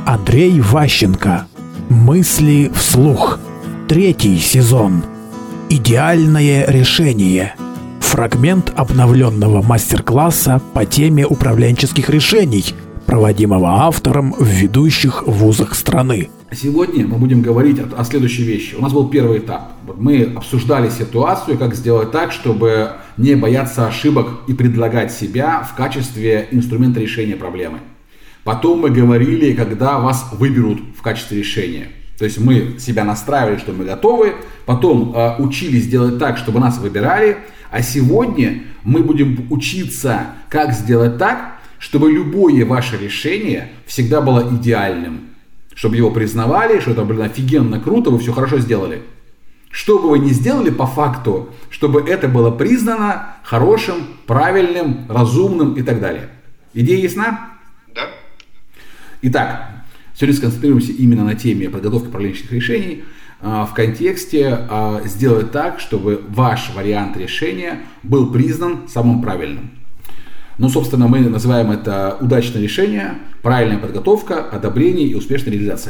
Андрей Ващенко. Мысли вслух. 3 сезон. Идеальное решение. Фрагмент обновленного мастер-класса по теме управленческих решений, проводимого автором в ведущих вузах страны. Сегодня мы будем говорить о следующей вещи. У нас был первый этап. Мы обсуждали ситуацию, как сделать так, чтобы не бояться ошибок и предлагать себя в качестве инструмента решения проблемы. Потом мы говорили, когда вас выберут в качестве решения. То есть мы себя настраивали, что мы готовы, потом учились делать так, чтобы нас выбирали, а сегодня мы будем учиться, как сделать так, чтобы любое ваше решение всегда было идеальным. Чтобы его признавали, что это, офигенно круто, вы все хорошо сделали. Что бы вы ни сделали по факту, чтобы это было признано хорошим, правильным, разумным и так далее. Идея ясна? Да. Итак, сегодня сконцентрируемся именно на теме подготовки управленческих решений в контексте сделать так, чтобы ваш вариант решения был признан самым правильным. Ну, собственно, мы называем это удачное решение, правильная подготовка, одобрение и успешная реализация.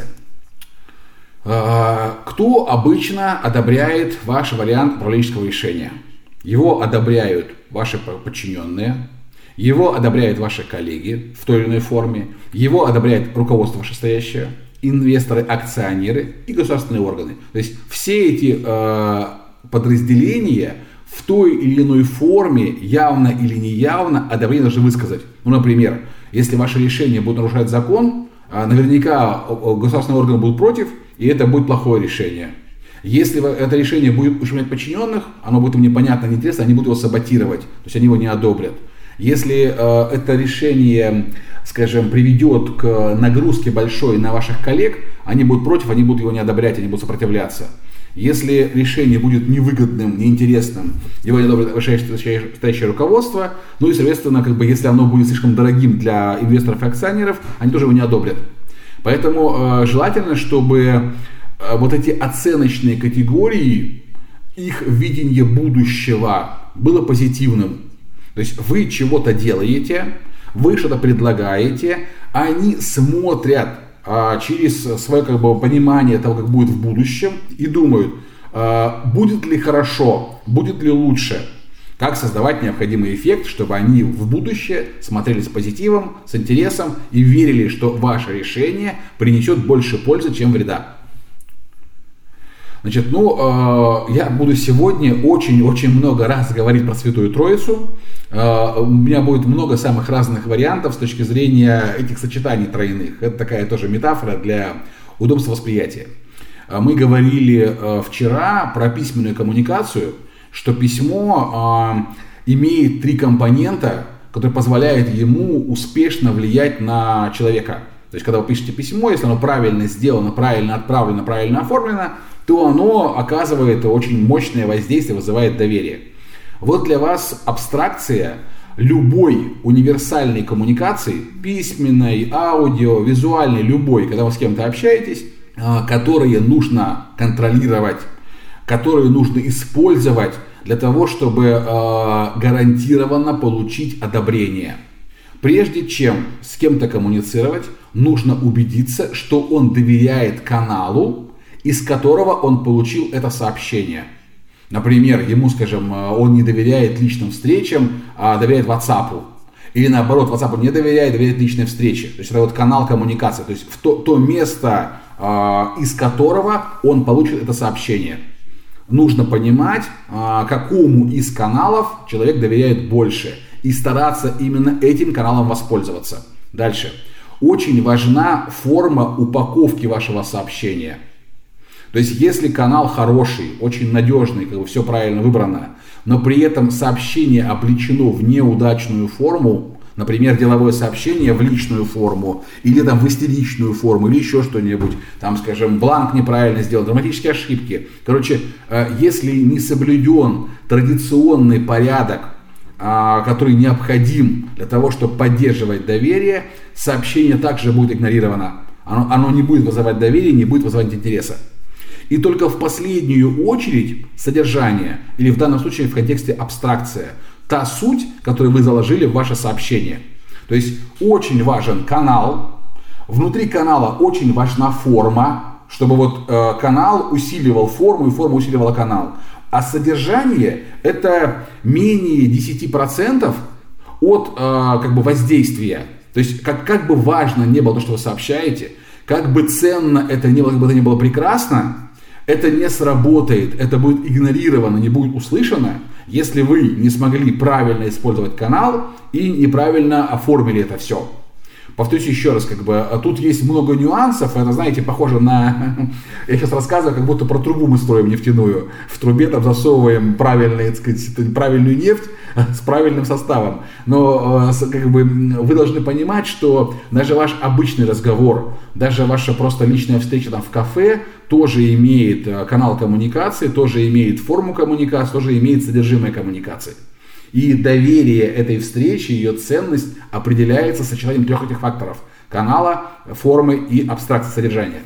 Кто обычно одобряет ваш вариант управленческого решения? Его одобряют ваши подчиненные, его одобряют ваши коллеги в той или иной форме, его одобряет руководство вышестоящее, инвесторы, акционеры и государственные органы. То есть все эти подразделения в той или иной форме, явно или неявно, одобрение должны высказать. Ну, например, если ваше решение будет нарушать закон, наверняка государственные органы будут против, и это будет плохое решение. Если это решение будет ущемлять подчиненных, оно будет им непонятно, неинтересно, они будут его саботировать, то есть они его не одобрят. Если это решение, скажем, приведет к нагрузке большой на ваших коллег, они будут против, они будут его не одобрять, они будут сопротивляться. Если решение будет невыгодным, неинтересным, его не одобрит вышестоящее руководство, ну и, соответственно, если оно будет слишком дорогим для инвесторов и акционеров, они тоже его не одобрят. Поэтому желательно, чтобы вот эти оценочные категории, их видение будущего было позитивным. То есть вы чего-то делаете, вы что-то предлагаете, они смотрят через свое понимание того, как будет в будущем, и думают, будет ли хорошо, будет ли лучше, как создавать необходимый эффект, чтобы они в будущее смотрели с позитивом, с интересом и верили, что ваше решение принесет больше пользы, чем вреда. Значит, я буду сегодня очень-очень много раз говорить про Святую Троицу. У меня будет много самых разных вариантов с точки зрения этих сочетаний тройных. Это такая тоже метафора для удобства восприятия. Мы говорили вчера про письменную коммуникацию, что письмо имеет 3 компонента, которые позволяют ему успешно влиять на человека. То есть, когда вы пишете письмо, если оно правильно сделано, правильно отправлено, правильно оформлено, то оно оказывает очень мощное воздействие, вызывает доверие. Вот для вас абстракция любой универсальной коммуникации, письменной, аудио, визуальной, любой, когда вы с кем-то общаетесь, которые нужно контролировать, которые нужно использовать для того, чтобы гарантированно получить одобрение. Прежде чем с кем-то коммуницировать, нужно убедиться, что он доверяет каналу, из которого он получил это сообщение. Например, ему, скажем, он не доверяет личным встречам, а доверяет WhatsApp. Или наоборот, WhatsApp не доверяет, доверяет личной встрече. То есть это канал коммуникации, то есть то место, из которого он получит это сообщение. Нужно понимать, какому из каналов человек доверяет больше. И стараться именно этим каналом воспользоваться. Дальше. Очень важна форма упаковки вашего сообщения. То есть, если канал хороший, очень надежный, все правильно выбрано, но при этом сообщение облечено в неудачную форму, например, деловое сообщение в личную форму, или в истеричную форму, или еще что-нибудь, скажем, бланк неправильно сделан, грамматические ошибки. Если не соблюден традиционный порядок, который необходим для того, чтобы поддерживать доверие, сообщение также будет игнорировано. Оно не будет вызывать доверие, не будет вызывать интереса. И только в последнюю очередь содержание, или в данном случае в контексте абстракция, та суть, которую вы заложили в ваше сообщение. То есть очень важен канал, Внутри канала очень важна форма, чтобы вот канал усиливал форму, и форма усиливала канал. А содержание это менее 10% от как бы воздействия. То есть как бы важно не было то, что вы сообщаете, как бы ценно это не было, как бы это не было прекрасно, это не сработает, это будет игнорировано, не будет услышано, если вы не смогли правильно использовать канал и неправильно оформили это все. Повторюсь еще раз, как бы тут есть много нюансов, это, знаете, похоже на, я сейчас рассказываю, как будто про трубу мы строим нефтяную, в трубе там засовываем правильную нефть с правильным составом, но как бы вы должны понимать, что даже ваш обычный разговор, даже ваша просто личная встреча там в кафе тоже имеет канал коммуникации, тоже имеет форму коммуникации, тоже имеет содержимое коммуникации. И доверие этой встречи, ее ценность определяется сочетанием трех этих факторов: канала, формы и абстракции содержания.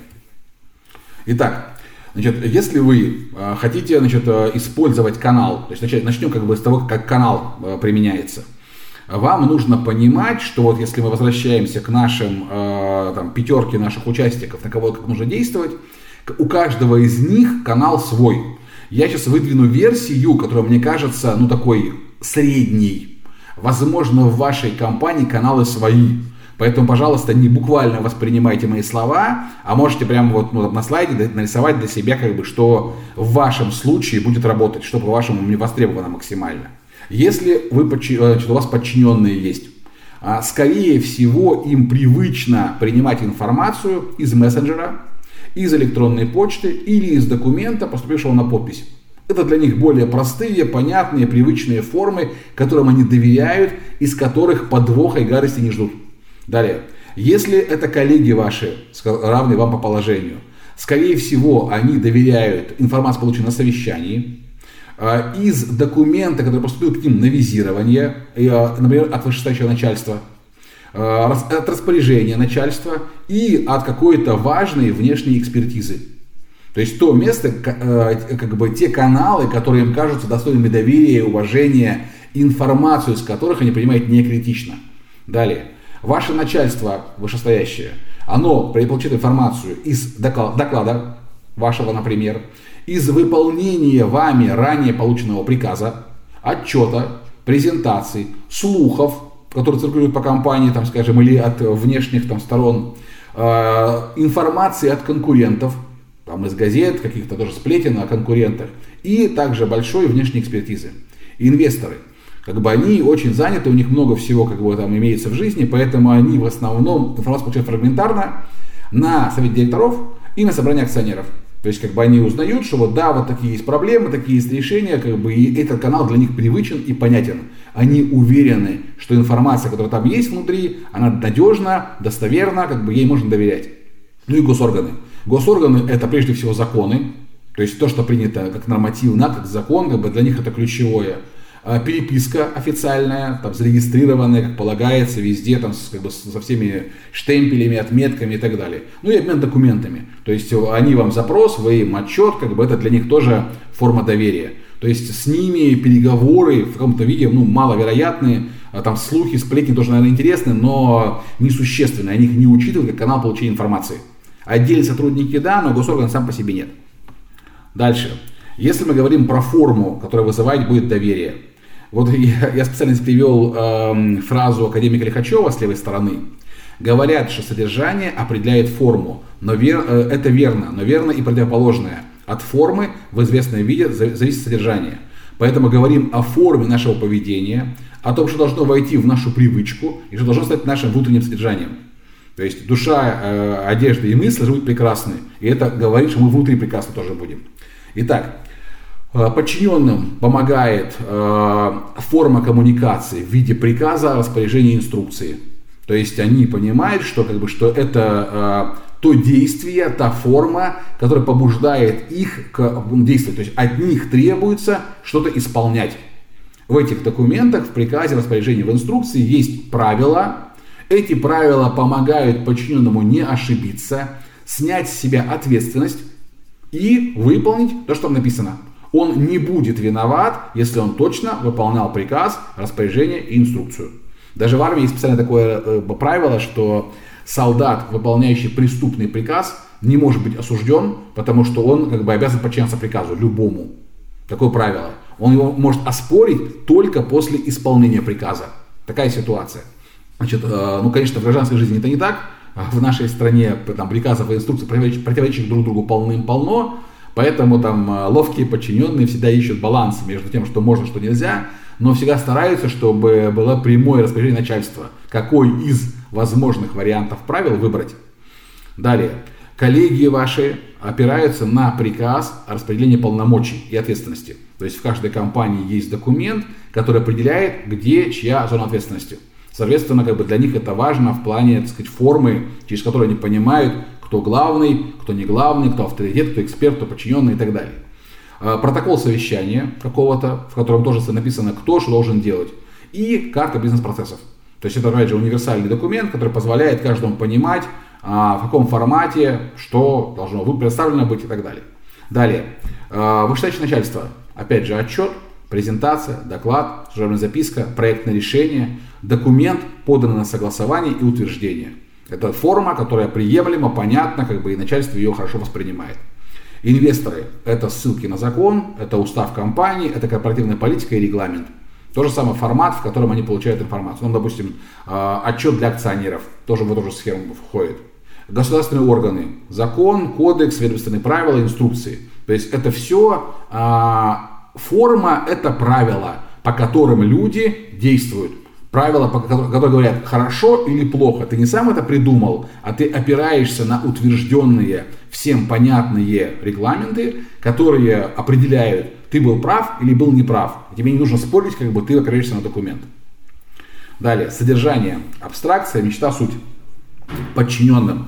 Итак, значит, если вы хотите, значит, использовать канал, то есть начнем как бы с того, как канал применяется. Вам нужно понимать, что вот если мы возвращаемся к нашим там, пятерке наших участников, на кого как нужно действовать, у каждого из них канал свой. Я сейчас выдвину версию, которая мне кажется, ну такой средний. Возможно, в вашей компании каналы свои. Поэтому, пожалуйста, не буквально воспринимайте мои слова, а можете прямо вот на слайде нарисовать для себя, как бы, что в вашем случае будет работать, что по-вашему не востребовано максимально. Если у вас подчиненные есть, скорее всего, им привычно принимать информацию из мессенджера, из электронной почты или из документа, поступившего на подпись. Это для них более простые, понятные, привычные формы, которым они доверяют, из которых подвоха и гадости не ждут. Далее. Если это коллеги ваши, равные вам по положению, скорее всего, они доверяют информации, полученной на совещании, из документа, который поступил к ним на визирование, например, от вышестоящего начальства, от распоряжения начальства и от какой-то важной внешней экспертизы. То есть то место, как бы те каналы, которые им кажутся достойными доверия, уважения, информацию из которых они принимают не критично. Далее. Ваше начальство вышестоящее, оно получит информацию из доклада вашего, например, из выполнения вами ранее полученного приказа, отчета, презентаций, слухов, которые циркулируют по компании, там, скажем, или от внешних там, сторон, информации от конкурентов, там, из газет, каких-то тоже сплетен о конкурентах, и также большой внешней экспертизы. Инвесторы, как бы они очень заняты, у них много всего как бы там имеется в жизни, поэтому они в основном информацию получают фрагментарно на совете директоров и на собрании акционеров. То есть как бы они узнают, что вот да, вот такие есть проблемы, такие есть решения, как бы и этот канал для них привычен и понятен. Они уверены, что информация, которая там есть внутри, она надежна, достоверна, как бы ей можно доверять. Ну и госорганы. Госорганы это прежде всего законы, то есть то, что принято как нормативно, как закон, как бы для них это ключевое. Переписка официальная, там, зарегистрированная, как полагается, везде, там, как бы, со всеми штемпелями, отметками и так далее. Ну и обмен документами. То есть они вам запрос, вы им отчет, как бы это для них тоже форма доверия. То есть с ними переговоры в каком-то виде маловероятные, там слухи, сплетни тоже, наверное, интересны, но несущественные. Они их не учитывают как канал получения информации. Отдельные сотрудники да, но госорган сам по себе нет. Дальше. Если мы говорим про форму, которая вызывать будет доверие. Вот я специально привел фразу академика Лихачева с левой стороны. Говорят, что содержание определяет форму, но это верно, но верно и противоположное. От формы в известном виде зависит содержание. Поэтому говорим о форме нашего поведения, о том, что должно войти в нашу привычку и что должно стать нашим внутренним содержанием. То есть душа, одежда и мысли живут прекрасны. И это говорит, что мы внутри прекрасно тоже будем. Итак, подчиненным помогает форма коммуникации в виде приказа, распоряжения, инструкции. То есть они понимают, что, как бы, что это то действие, та форма, которая побуждает их к действию. То есть от них требуется что-то исполнять. В этих документах, в приказе, распоряжении, в инструкции есть правила. Эти правила помогают подчиненному не ошибиться, снять с себя ответственность и выполнить то, что там написано. Он не будет виноват, если он точно выполнял приказ, распоряжение и инструкцию. Даже в армии есть специально такое правило, что солдат, выполняющий преступный приказ, не может быть осужден, потому что он как бы обязан подчиняться приказу, любому. Такое правило. Он его может оспорить только после исполнения приказа. Такая ситуация. Значит, конечно, в гражданской жизни это не так. В нашей стране там, приказов и инструкций, противоречащих друг другу, полным-полно. Поэтому там ловкие подчиненные всегда ищут баланс между тем, что можно, что нельзя. Но всегда стараются, чтобы было прямое распоряжение начальства. Какой из возможных вариантов правил выбрать. Далее. Коллеги ваши опираются на приказ о распределении полномочий и ответственности. То есть в каждой компании есть документ, который определяет, где чья зона ответственности. Соответственно, как бы для них это важно в плане, так сказать, формы, через которую они понимают, кто главный, кто не главный, кто авторитет, кто эксперт, кто подчиненный и так далее. Протокол совещания какого-то, в котором тоже написано, кто что должен делать. И карта бизнес-процессов. То есть это, опять же, универсальный документ, который позволяет каждому понимать, в каком формате, что должно быть представлено быть и так далее. Далее. Вышестоящее начальство. Опять же, отчет, презентация, доклад, служебная записка, проектное решение, документ, поданный на согласование и утверждение. Это форма, которая приемлема, понятна, как бы и начальство ее хорошо воспринимает. Инвесторы – это ссылки на закон, это устав компании, это корпоративная политика и регламент. То же самое формат, в котором они получают информацию. Ну, допустим, отчет для акционеров тоже в эту же схему входит. Государственные органы, закон, кодекс, ведомственные правила, инструкции. То есть это все форма, это правила, по которым люди действуют. Правила, которые говорят хорошо или плохо. Ты не сам это придумал, а ты опираешься на утвержденные, всем понятные регламенты, которые определяют, ты был прав или был неправ. Тебе не нужно спорить, как бы ты опираешься на документ. Далее, содержание, абстракция, мечта, суть. Подчиненным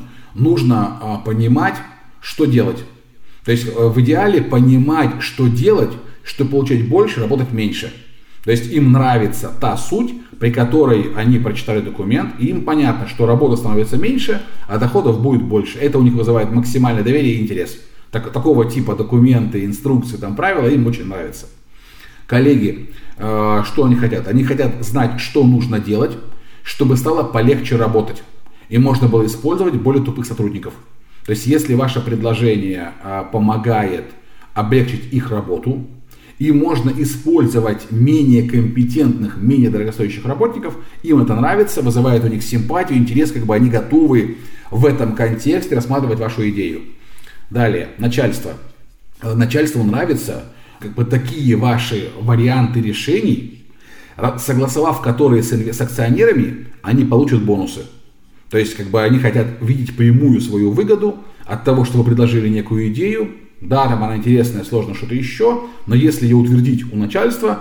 нужно понимать, что делать. То есть в идеале понимать, что делать, чтобы получать больше, работать меньше. То есть им нравится та суть, при которой они прочитали документ, и им понятно, что работа становится меньше, а доходов будет больше. Это у них вызывает максимальное доверие и интерес. Такого типа документы, инструкции, там, правила им очень нравятся. Коллеги, что они хотят? Они хотят знать, что нужно делать, чтобы стало полегче работать. И можно было использовать более тупых сотрудников. То есть если ваше предложение помогает облегчить их работу, и можно использовать менее компетентных, менее дорогостоящих работников, им это нравится, вызывает у них симпатию, интерес, как бы они готовы в этом контексте рассматривать вашу идею. Далее, начальство. Начальству нравится как бы такие ваши варианты решений, согласовав которые с акционерами, они получат бонусы. То есть как бы они хотят видеть прямую свою выгоду от того, что вы предложили некую идею. Да, там она интересная, сложно что-то еще, но если ее утвердить у начальства,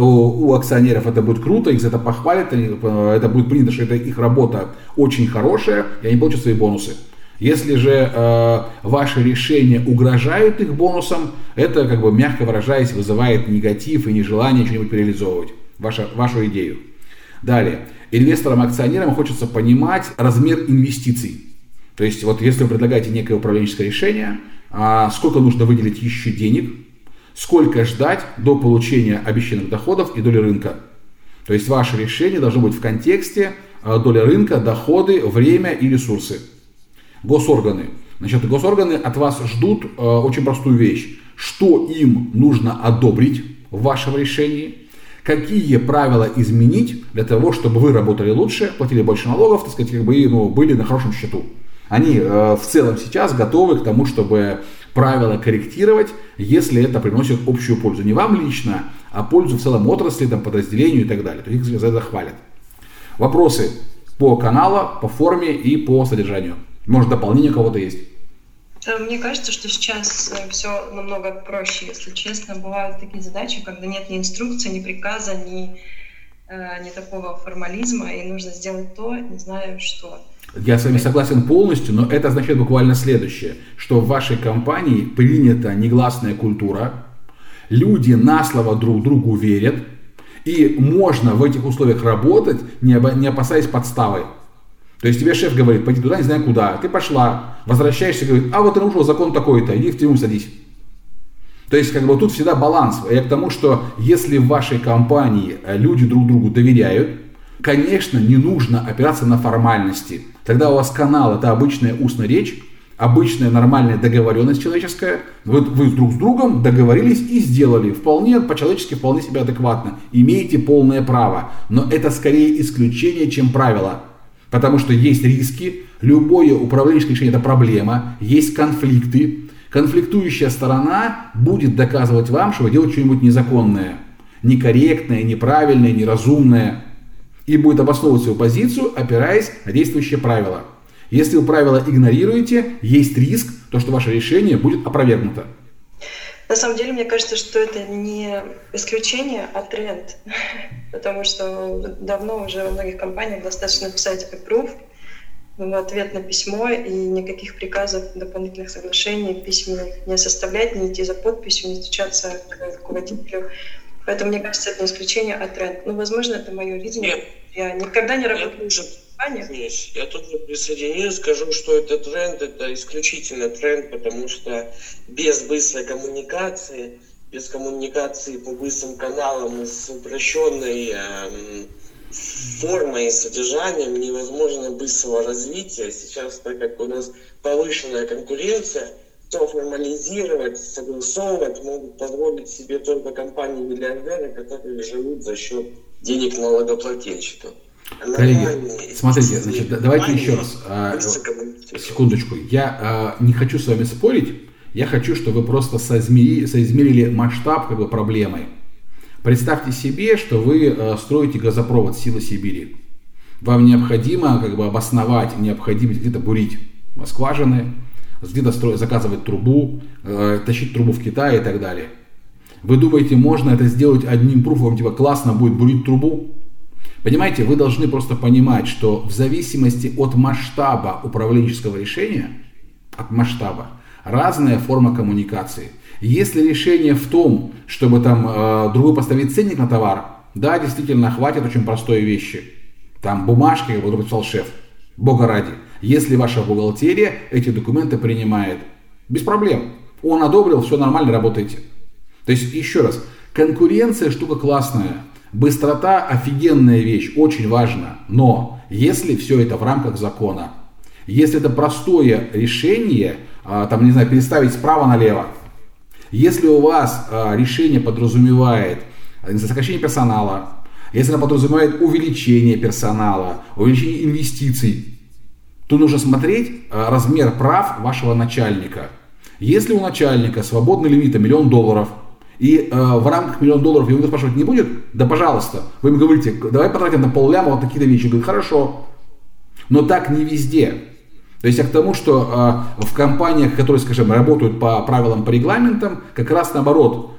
у акционеров это будет круто, их за это похвалят, это будет принято, что это их работа очень хорошая, и они получат свои бонусы. Если же ваши решения угрожают их бонусам, это, как бы, мягко выражаясь, вызывает негатив и нежелание что-нибудь реализовывать, вашу идею. Далее, инвесторам и акционерам хочется понимать размер инвестиций. То есть, вот если вы предлагаете некое управленческое решение, сколько нужно выделить еще денег, сколько ждать до получения обещанных доходов и доли рынка. То есть ваше решение должно быть в контексте доля рынка, доходы, время и ресурсы. Госорганы. Значит, госорганы от вас ждут очень простую вещь. Что им нужно одобрить в вашем решении, какие правила изменить для того, чтобы вы работали лучше, платили больше налогов, так сказать, как бы, были на хорошем счету. Они в целом сейчас готовы к тому, чтобы правила корректировать, если это приносит общую пользу. Не вам лично, а пользу в целом отрасли, там, подразделению и так далее. То есть их за это хвалят. Вопросы по каналу, по форме и по содержанию. Может, дополнение у кого-то есть? Мне кажется, что сейчас все намного проще, если честно. Бывают такие задачи, когда нет ни инструкции, ни приказа, ни такого формализма, и нужно сделать то, не знаю что. Я с вами согласен полностью, но это означает буквально следующее, что в вашей компании принята негласная культура, люди на слово друг другу верят, и можно в этих условиях работать, не опасаясь подставы. То есть тебе шеф говорит, пойди туда, не знаю куда, ты пошла, возвращаешься, говорит, а вот ты нарушил закон такой-то, иди в тюрьму садись. То есть как бы тут всегда баланс. Я к тому, что если в вашей компании люди друг другу доверяют, Конечно, не нужно опираться на формальности. Тогда у вас канал – это обычная устная речь, обычная нормальная договоренность человеческая. Вы друг с другом договорились и сделали. Вполне по-человечески, вполне себе адекватно. Имеете полное право. Но это скорее исключение, чем правило. Потому что есть риски. Любое управленческое решение – это проблема. Есть конфликты. Конфликтующая сторона будет доказывать вам, что вы делаете что-нибудь незаконное, некорректное, неправильное, неразумное. И будет обосновывать свою позицию, опираясь на действующие правила. Если вы правила игнорируете, есть риск, то, что ваше решение будет опровергнуто. На самом деле, мне кажется, что это не исключение, а тренд. Потому что давно уже во многих компаниях достаточно писать approve в ответ на письмо, и никаких приказов, дополнительных соглашений письменных не составлять, не идти за подписью, не стучаться к руководителю. Поэтому, мне кажется, это не исключение, а тренд. Ну, возможно, это мое видение. Я никогда не работаю в компаниях. Я тоже присоединюсь, скажу, что это тренд, это исключительно тренд, потому что без быстрой коммуникации, без коммуникации по быстрым каналам с упрощенной формой и содержанием невозможно быстрого развития. Сейчас, так как у нас повышенная конкуренция, все формализировать, согласовывать могут позволить себе только компании-миллиардеры, которые живут за счет денег налогоплательщиков. Коллеги, смотрите, значит, давайте еще раз, секундочку, я не хочу с вами спорить, я хочу, чтобы вы просто соизмерили масштаб проблемы. Представьте себе, что вы строите газопровод «Сила Сибири». Вам необходимо обосновать необходимость где-то бурить скважины, где-то заказывать трубу, тащить трубу в Китай и так далее. Вы думаете, можно это сделать одним пруфом, классно будет бурить трубу? Понимаете, вы должны просто понимать, что в зависимости от масштаба управленческого решения, от масштаба, разная форма коммуникации. Если решение в том, чтобы другой поставить ценник на товар, да, действительно, хватит очень простой вещи. Там бумажки, как подписал шеф, бога ради. Если ваша бухгалтерия эти документы принимает, без проблем. Он одобрил, все нормально, работаете. То есть, еще раз, конкуренция штука классная. Быстрота офигенная вещь, очень важна. Но если все это в рамках закона, если это простое решение, переставить справа налево, если у вас решение подразумевает сокращение персонала, если оно подразумевает увеличение персонала, увеличение инвестиций, то нужно смотреть размер прав вашего начальника. Если у начальника свободный лимит $1 миллион, и в рамках $1 миллиона его спрашивать не будет, да пожалуйста, вы ему говорите, давай потратим на полляма вот такие-то вещи. Говорит, хорошо. Но так не везде. То есть я к тому, что в компаниях, которые, скажем, работают по правилам, по регламентам, как раз наоборот,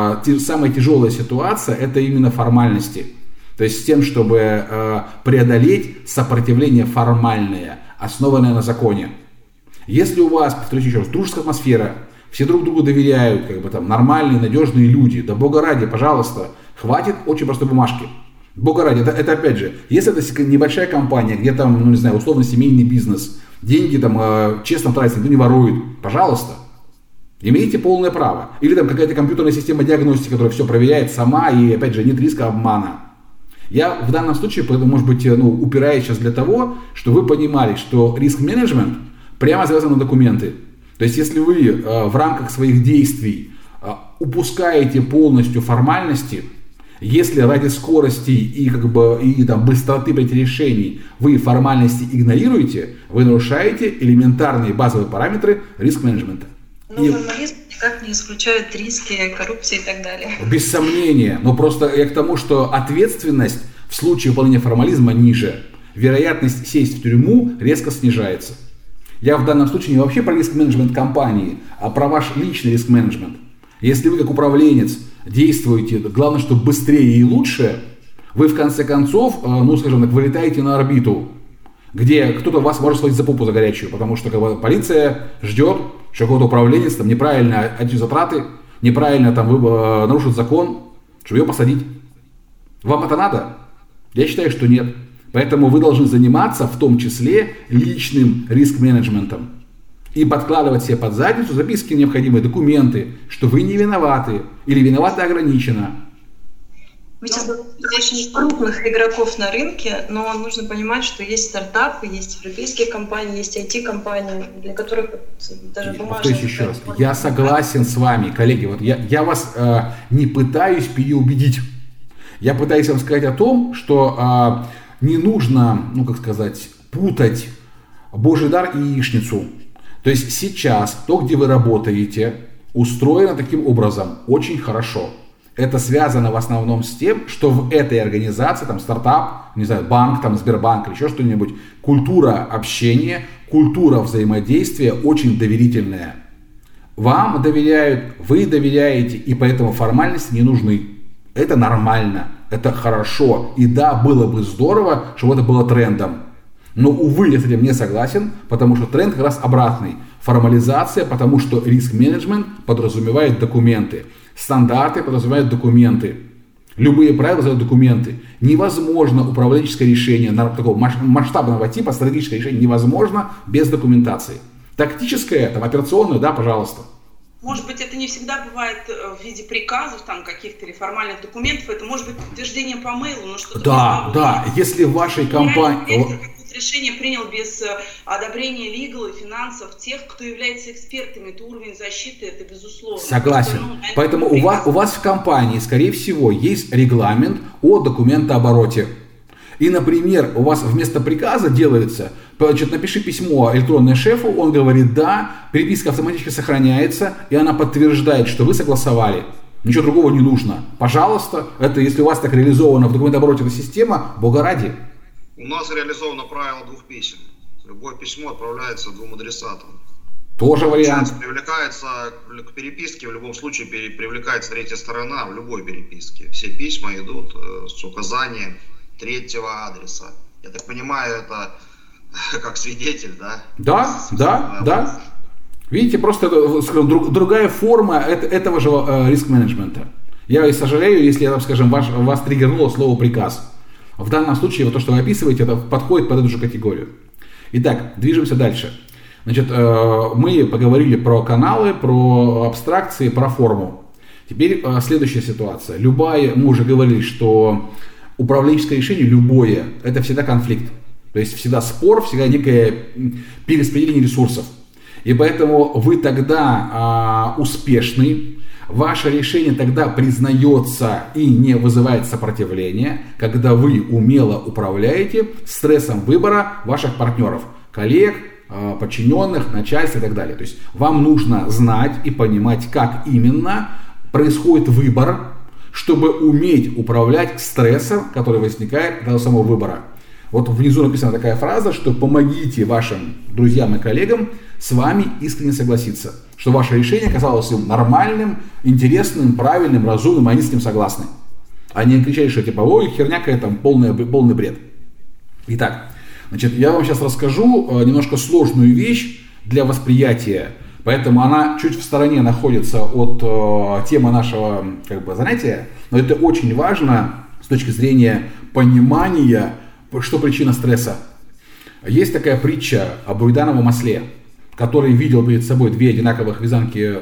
самая тяжелая ситуация – это именно формальности. То есть с тем, чтобы преодолеть сопротивление формальное, основанное на законе. Если у вас, повторюсь еще раз, дружеская атмосфера, все друг другу доверяют, нормальные, надежные люди, да бога ради, пожалуйста, хватит очень простой бумажки. Бога ради, это опять же, если это небольшая компания, где условно семейный бизнес, деньги честно тратятся, никто не ворует, пожалуйста, имеете полное право. Или какая-то компьютерная система диагностики, которая все проверяет сама, и опять же нет риска обмана. Я в данном случае, может быть, упираюсь сейчас для того, чтобы вы понимали, что риск-менеджмент прямо завязан на документы. То есть, если вы в рамках своих действий упускаете полностью формальности, если ради скорости и быстроты принятия решений вы формальности игнорируете, вы нарушаете элементарные базовые параметры риск-менеджмента. Но формализм никак не исключает риски, коррупции и так далее. Без сомнения. Но просто я к тому, что ответственность в случае выполнения формализма ниже. Вероятность сесть в тюрьму резко снижается. Я в данном случае не вообще про риск-менеджмент компании, а про ваш личный риск-менеджмент. Если вы как управленец действуете, главное, что быстрее и лучше, вы в конце концов, вылетаете на орбиту, где кто-то вас может схватить за попу за горячую, потому что полиция ждет, что какой-то управленец неправильно отнес затраты, неправильно нарушит закон, чтобы ее посадить. Вам это надо? Я считаю, что нет. Поэтому вы должны заниматься в том числе личным риск-менеджментом и подкладывать себе под задницу записки необходимые документы, что вы не виноваты или виноваты ограниченно. Очень крупных игроков на рынке, но нужно понимать, что есть стартапы, есть европейские компании, есть IT-компании, для которых даже бумажные... Повторюсь еще раз, я согласен с вами, коллеги, вот я вас не пытаюсь переубедить. Я пытаюсь вам сказать о том, что не нужно, путать Божий дар и яичницу. То есть сейчас то, где вы работаете, устроено таким образом очень хорошо. Это связано в основном с тем, что в этой организации, там стартап, не знаю, банк, там Сбербанк или еще что-нибудь, культура общения, культура взаимодействия очень доверительная. Вам доверяют, вы доверяете, и поэтому формальности не нужны. Это нормально, это хорошо. И да, было бы здорово, чтобы это было трендом. Но, увы, я с этим не согласен, потому что тренд как раз обратный. Формализация, потому что риск-менеджмент подразумевает документы. Стандарты подразумевают документы. Любые правила подразумевают документы. Невозможно управленческое решение такого масштабного типа, стратегическое решение невозможно без документации. Тактическое, там, операционное, да, пожалуйста. Может быть, это не всегда бывает в виде приказов, там, каких-то или формальных документов, это может быть подтверждение по мейлу, но что-то... Да, если в вашей компании... Решение принял без одобрения лигала и финансов тех, кто является экспертами, то уровень защиты, это безусловно. Согласен. Поэтому у вас в компании, скорее всего, есть регламент о документообороте. И, например, у вас вместо приказа делается, напиши письмо электронное шефу, он говорит да, переписка автоматически сохраняется, и она подтверждает, что вы согласовали. Ничего другого не нужно. Пожалуйста, это если у вас так реализовано в документообороте эта система, бога ради. У нас реализовано правило 2 писем. Любое письмо отправляется 2 адресатам. Тоже вариант. Привлекается к переписке, в любом случае привлекается третья сторона в любой переписке. Все письма идут с указанием третьего адреса. Я так понимаю, это как свидетель, да? Да. Видите, просто другая форма этого же риск-менеджмента. Я сожалею, если я, вас триггернуло слово «приказ». В данном случае то, что вы описываете, это подходит под эту же категорию. Итак, движемся дальше. Мы поговорили про каналы, про абстракции, про форму. Теперь следующая ситуация. Мы уже говорили, что управленческое решение, любое, это всегда конфликт. То есть всегда спор, всегда некое перераспределение ресурсов. И поэтому вы тогда успешны. Ваше решение тогда признается и не вызывает сопротивления, когда вы умело управляете стрессом выбора ваших партнеров, коллег, подчиненных, начальства и так далее. То есть вам нужно знать и понимать, как именно происходит выбор, чтобы уметь управлять стрессом, который возникает от этого самого выбора. Вот внизу написана такая фраза, что помогите вашим друзьям и коллегам с вами искренне согласиться, что ваше решение оказалось им нормальным, интересным, правильным, разумным, и они с ним согласны. Они кричат, что типа, ой, херня какая-то, полный бред. Итак, я вам сейчас расскажу немножко сложную вещь для восприятия, поэтому она чуть в стороне находится от темы нашего занятия, но это очень важно с точки зрения понимания, что причина стресса. Есть такая притча о буйдановом осле, который видел перед собой 2 одинаковых вязанки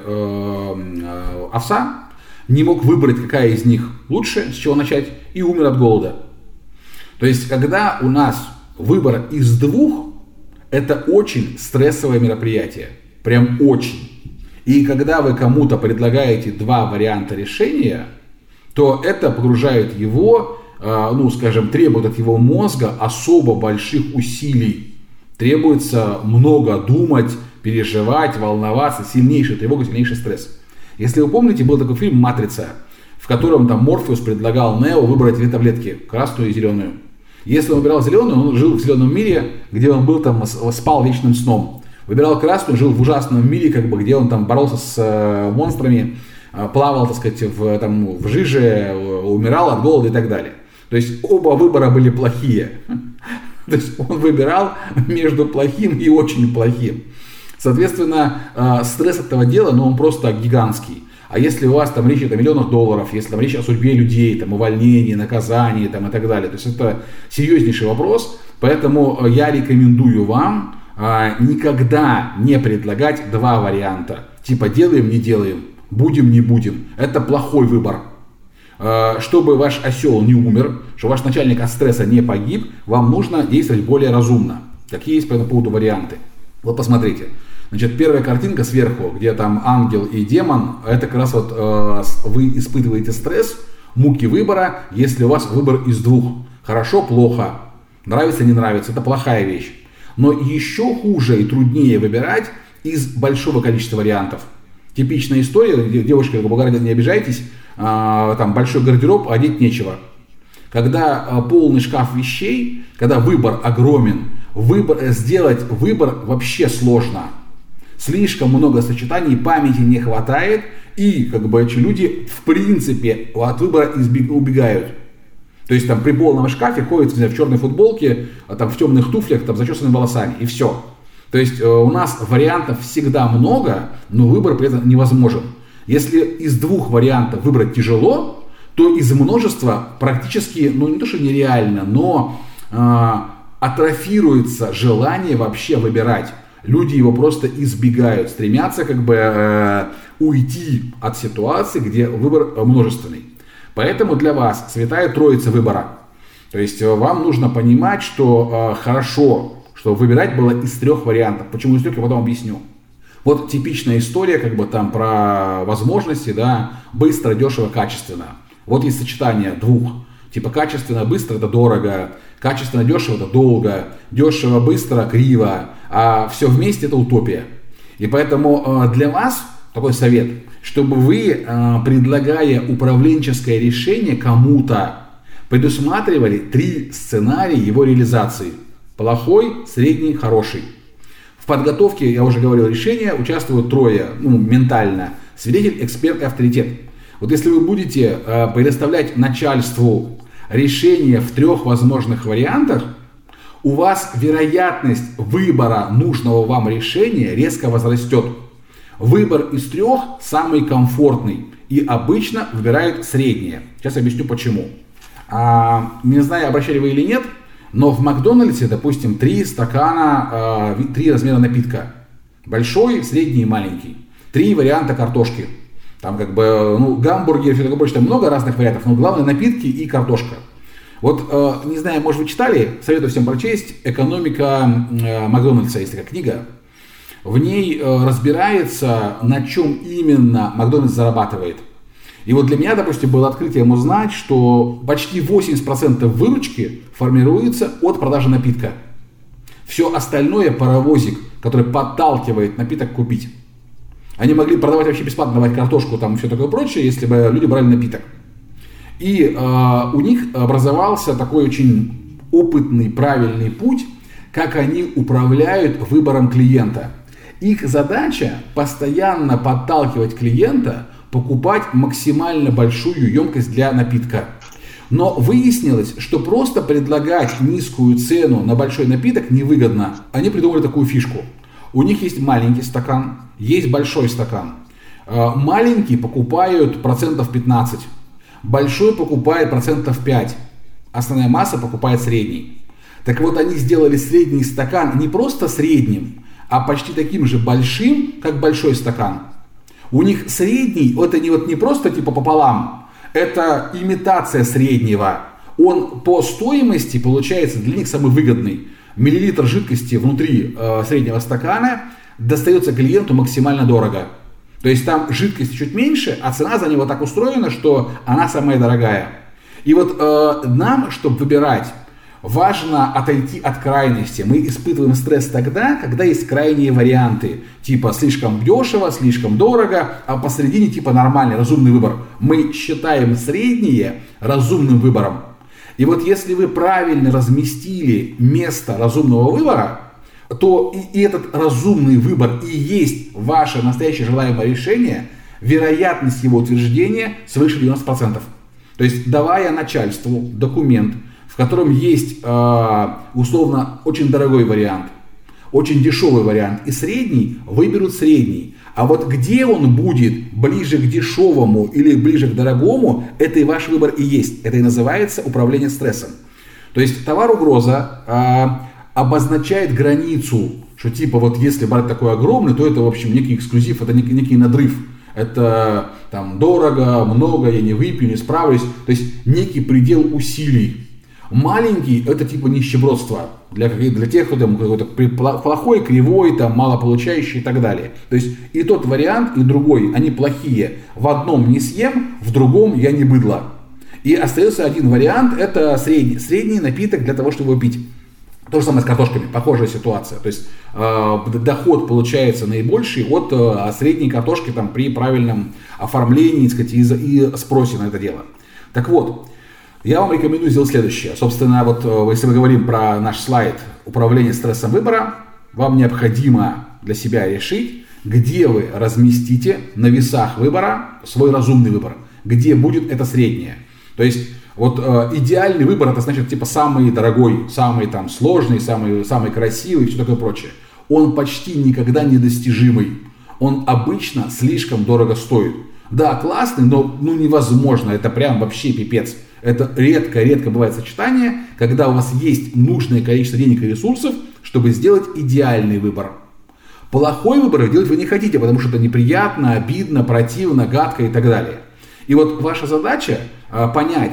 овса, не мог выбрать, какая из них лучше, с чего начать, и умер от голода. То есть, когда у нас выбор из 2, это очень стрессовое мероприятие. Прям очень. И когда вы кому-то предлагаете 2 варианта решения, то это погружает его, требует от его мозга особо больших усилий. Требуется много думать, переживать, волноваться, сильнейшая тревога, сильнейший стресс. Если вы помните, был такой фильм «Матрица», в котором там Морфеус предлагал Нео выбрать 2 таблетки, красную и зеленую. Если он выбирал зеленую, он жил в зеленом мире, где он был спал вечным сном. Выбирал красную, жил в ужасном мире, где он боролся с монстрами, плавал, в жиже, умирал от голода и так далее. То есть оба выбора были плохие. То есть он выбирал между плохим и очень плохим. Соответственно, стресс этого дела, он просто гигантский. А если у вас речь о миллионах долларов, если речь о судьбе людей, увольнении, наказании и так далее, то есть это серьезнейший вопрос. Поэтому я рекомендую вам никогда не предлагать 2 варианта. Типа делаем, не делаем, будем, не будем. Это плохой выбор. Чтобы ваш осел не умер, чтобы ваш начальник от стресса не погиб, вам нужно действовать более разумно. Какие есть по этому поводу варианты? Вот посмотрите. Значит, первая картинка сверху, где там ангел и демон, это как раз вот вы испытываете стресс, муки выбора, если у вас выбор из двух. Хорошо, плохо, нравится, не нравится, это плохая вещь. Но еще хуже и труднее выбирать из большого количества вариантов. Типичная история, где девушка говорит, не обижайтесь, там большой гардероб, одеть нечего. Когда полный шкаф вещей, когда выбор огромен, сделать выбор вообще сложно. Слишком много сочетаний, памяти не хватает, и эти люди в принципе от выбора убегают. То есть там при полном шкафе ходят в черной футболке, там, в темных туфлях, там, с зачесанными волосами, и все. То есть у нас вариантов всегда много, но выбор при этом невозможен. Если из двух вариантов выбрать тяжело, то из множества практически, не то что нереально, но атрофируется желание вообще выбирать. Люди его просто избегают, стремятся уйти от ситуации, где выбор множественный. Поэтому для вас святая троица выбора. То есть вам нужно понимать, что хорошо, что выбирать было из 3 вариантов. Почему из 3, я потом объясню. Вот типичная история, там про возможности, да, быстро, дешево, качественно. Вот есть сочетание двух. Типа качественно, быстро, это дорого, качественно, дешево, это долго, дешево, быстро, криво, а все вместе это утопия. И поэтому для вас такой совет, чтобы вы, предлагая управленческое решение кому-то, предусматривали 3 сценария его реализации. Плохой, средний, хороший. В подготовке, я уже говорил, решения участвуют 3, ментально. Свидетель, эксперт и авторитет. Вот если вы будете предоставлять начальству решение в 3 возможных вариантах, у вас вероятность выбора нужного вам решения резко возрастет. Выбор из 3 самый комфортный и обычно выбирают среднее. Сейчас объясню почему. Не знаю, обращали вы или нет, но в Макдональдсе, допустим, 3 стакана, 3 размера напитка. Большой, средний и маленький. 3 варианта картошки. Там гамбургер, все такое прочее, там много разных вариантов, но главное напитки и картошка. Вот, не знаю, может вы читали, советую всем прочесть «Экономика Макдональдса», есть такая книга. В ней разбирается, на чем именно Макдональдс зарабатывает. И вот для меня, допустим, было открытием узнать, что почти 80% выручки формируется от продажи напитка. Все остальное паровозик, который подталкивает напиток купить. Они могли продавать вообще бесплатно, давать картошку там и все такое прочее, если бы люди брали напиток. И у них образовался такой очень опытный, правильный путь, как они управляют выбором клиента. Их задача постоянно подталкивать клиента покупать максимально большую емкость для напитка. Но выяснилось, что просто предлагать низкую цену на большой напиток невыгодно. Они придумали такую фишку. У них есть маленький стакан, есть большой стакан. Маленький покупают 15%, большой покупает 5%, основная масса покупает средний. Так вот, они сделали средний стакан не просто средним, а почти таким же большим, как большой стакан. У них средний, это не просто типа пополам, это имитация среднего. Он по стоимости получается для них самый выгодный. Миллилитр жидкости внутри среднего стакана достается клиенту максимально дорого. То есть там жидкости чуть меньше, а цена за него так устроена, что она самая дорогая. И вот нам, чтобы выбирать, важно отойти от крайности. Мы испытываем стресс тогда, когда есть крайние варианты. Типа слишком дешево, слишком дорого, а посередине типа нормальный, разумный выбор. Мы считаем среднее разумным выбором. И вот если вы правильно разместили место разумного выбора, то и этот разумный выбор и есть ваше настоящее желаемое решение, вероятность его утверждения свыше 90%. То есть давая начальству документ, в котором есть условно очень дорогой вариант, очень дешевый вариант и средний, выберут средний. А вот где он будет, ближе к дешевому или ближе к дорогому, это и ваш выбор и есть. Это и называется управление стрессом. То есть товар-угроза обозначает границу, что типа вот если брать такой огромный, то это в общем некий эксклюзив, это некий надрыв. это там дорого, много, я не выпью, не справлюсь. То есть некий предел усилий. Маленький это типа нищебродство для тех, кто там какой-то плохой, кривой, там, малополучающий и так далее. То есть и тот вариант, и другой, они плохие. В одном не съем, в другом я не быдло. И остается один вариант, это средний напиток для того, чтобы пить. То же самое с картошками, похожая ситуация. То есть доход получается наибольший от средней картошки там, при правильном оформлении, так сказать, и спросе на это дело. Так вот, я вам рекомендую сделать следующее. Собственно, вот если мы говорим про наш слайд управления стрессом выбора, вам необходимо для себя решить, где вы разместите на весах выбора свой разумный выбор, где будет это среднее. То есть вот идеальный выбор это значит типа самый дорогой, самый там сложный, самый красивый и все такое прочее. Он почти никогда недостижимый. Он обычно слишком дорого стоит. Да, классный, но невозможно. Это прям вообще пипец. Это редко бывает сочетание, когда у вас есть нужное количество денег и ресурсов, чтобы сделать идеальный выбор. Плохой выбор делать вы не хотите, потому что это неприятно, обидно, противно, гадко и так далее. И вот ваша задача понять,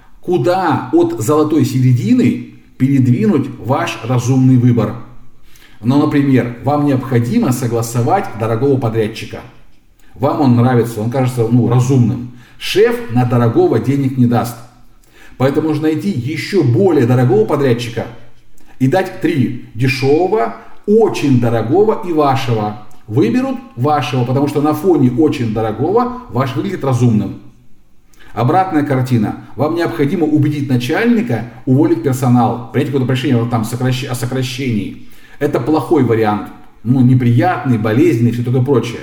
куда от золотой середины передвинуть ваш разумный выбор. Ну, например, вам необходимо согласовать дорогого подрядчика. Вам он нравится, он кажется разумным. Шеф на дорогого денег не даст. Поэтому нужно найти еще более дорогого подрядчика и дать 3: дешевого, очень дорогого и вашего. Выберут вашего, потому что на фоне очень дорогого ваш выглядит разумным. Обратная картина. Вам необходимо убедить начальника уволить персонал, принять какое-то решение там, о сокращении. Это плохой вариант. Неприятный, болезненный и все такое прочее.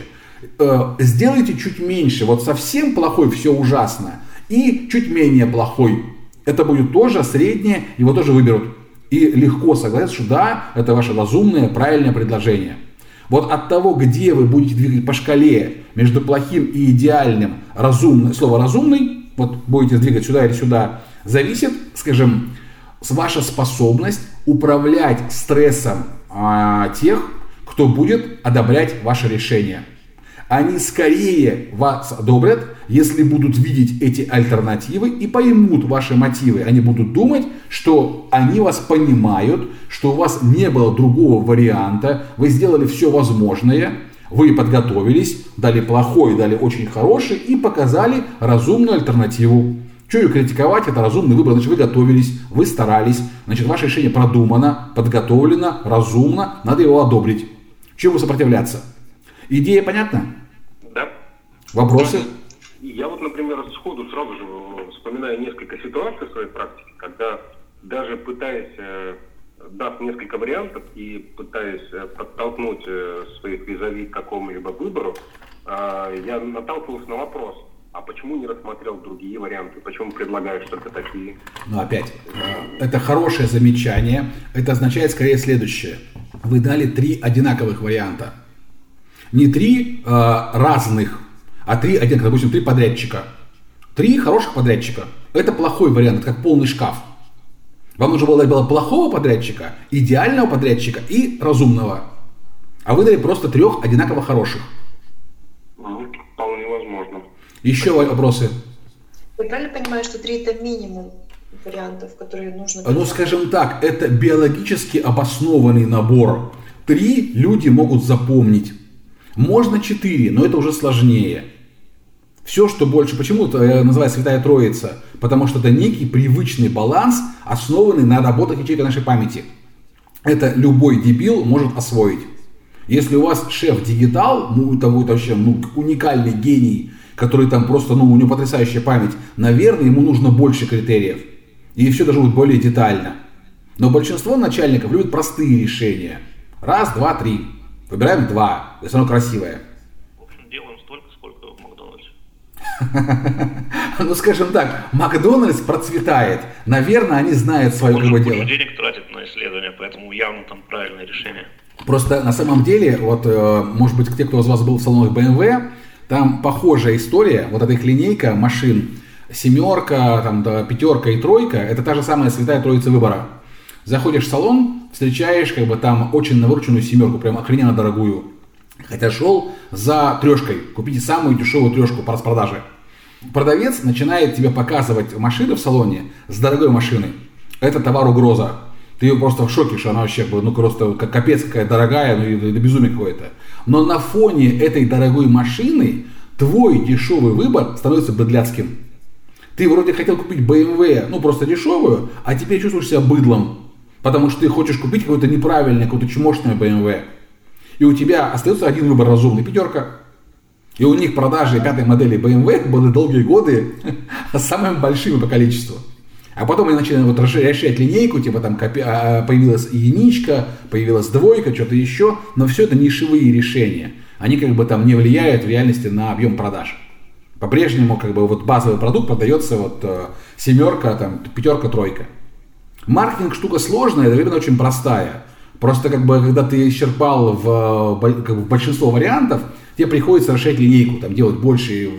Сделайте чуть меньше. Вот совсем плохой, все ужасно. И чуть менее плохой. Это будет тоже среднее, его тоже выберут. И легко согласиться, что да, это ваше разумное, правильное предложение. Вот от того, где вы будете двигать по шкале между плохим и идеальным, слово «разумный», вот будете двигать сюда или сюда, зависит, скажем, ваша способность управлять стрессом тех, кто будет одобрять ваше решение. Они скорее вас одобрят, если будут видеть эти альтернативы и поймут ваши мотивы. Они будут думать, что они вас понимают, что у вас не было другого варианта, вы сделали все возможное, вы подготовились, дали плохой, дали очень хороший и показали разумную альтернативу. Что ее критиковать, это разумный выбор, значит вы готовились, вы старались, значит ваше решение продумано, подготовлено, разумно, надо его одобрить. Чему сопротивляться? Идея понятна? Да. Вопросы? Я вот, например, сходу сразу же вспоминаю несколько ситуаций в своей практике, когда даже пытаясь, дав несколько вариантов и пытаясь подтолкнуть своих визави к какому-либо выбору, я наталкивался на вопрос, а почему не рассмотрел другие варианты, почему предлагаешь только такие? Опять, это хорошее замечание, это означает скорее следующее. Вы дали 3 одинаковых варианта. Не 3 разных, а 3 одинаковых, допустим, 3 подрядчика. 3 хороших подрядчика. Это плохой вариант, это как полный шкаф. Вам нужно было плохого подрядчика, идеального подрядчика и разумного. А вы дали просто 3 одинаково хороших. Вполне возможно. Еще вопросы? Я правильно понимаю, что 3 это минимум вариантов, которые нужно... Скажем так, это биологически обоснованный набор. 3 люди могут запомнить. Можно 4, но это уже сложнее. Все, что больше, почему это называется Святая Троица? Потому что это некий привычный баланс, основанный на работах ячейки нашей памяти. Это любой дебил может освоить. Если у вас шеф-дигитал, это будет вообще уникальный гений, который там просто, у него потрясающая память, наверное, ему нужно больше критериев. И все должно быть более детально. Но большинство начальников любят простые решения. 1, 2, 3. Выбираем 2, если оно красивое. В общем, делаем столько, сколько в Макдональдсе. Скажем так, Макдональдс процветает. Наверное, они знают свое дело. Денег тратят на исследования, поэтому явно там правильное решение. Просто на самом деле, может быть, те, кто из вас был в салонах BMW, там похожая история, вот эта их линейка машин, 7, там, 5 и 3, это та же самая Святая Троица выбора. Заходишь в салон, встречаешь там очень навырученную 7, прям охрененно дорогую. Хотя шел за трешкой. Купите самую дешевую трешку по распродаже. Продавец начинает тебе показывать машины в салоне с дорогой машиной. Это товар угроза. Ты просто в шоке, что она вообще просто как капец какая дорогая, это безумие какое-то. Но на фоне этой дорогой машины твой дешевый выбор становится быдляцким. Ты вроде хотел купить BMW, просто дешевую, а теперь чувствуешь себя быдлом. Потому что ты хочешь купить какое-то неправильное, какое-то чмошное BMW. И у тебя остается один выбор разумный, 5. И у них продажи 5-й модели BMW были долгие годы самыми большими по количеству. А потом они начали расширять линейку, типа там появилась единичка, появилась 2, что-то еще. Но все это нишевые решения. Они не влияют в реальности на объем продаж. По-прежнему базовый продукт продается 7, 5, 3. Маркетинг штука сложная, наверное, очень простая. Просто когда ты исчерпал в большинство вариантов, тебе приходится расширять линейку, делать больше